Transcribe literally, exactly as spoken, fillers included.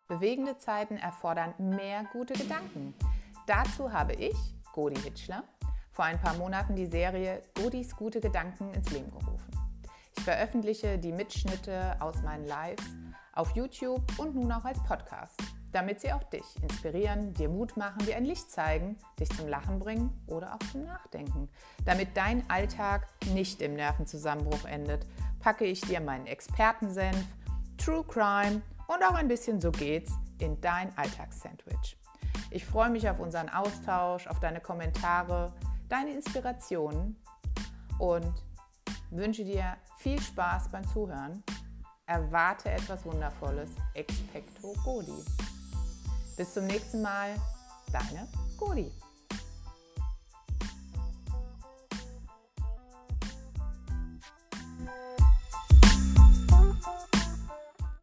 Bewegende Zeiten erfordern mehr gute Gedanken. Dazu habe ich, Godi Hitschler, vor ein paar Monaten die Serie Godis gute Gedanken ins Leben gerufen. Ich veröffentliche die Mitschnitte aus meinen Lives auf YouTube und nun auch als Podcast, damit sie auch dich inspirieren, dir Mut machen, dir ein Licht zeigen, dich zum Lachen bringen oder auch zum Nachdenken. Damit dein Alltag nicht im Nervenzusammenbruch endet, packe ich dir meinen Expertensenf, True Crime und auch ein bisschen So geht's in dein Alltagssandwich. Ich freue mich auf unseren Austausch, auf deine Kommentare, deine Inspirationen und wünsche dir viel Spaß beim Zuhören. Erwarte etwas Wundervolles. Expecto Godi. Bis zum nächsten Mal. Deine Godi.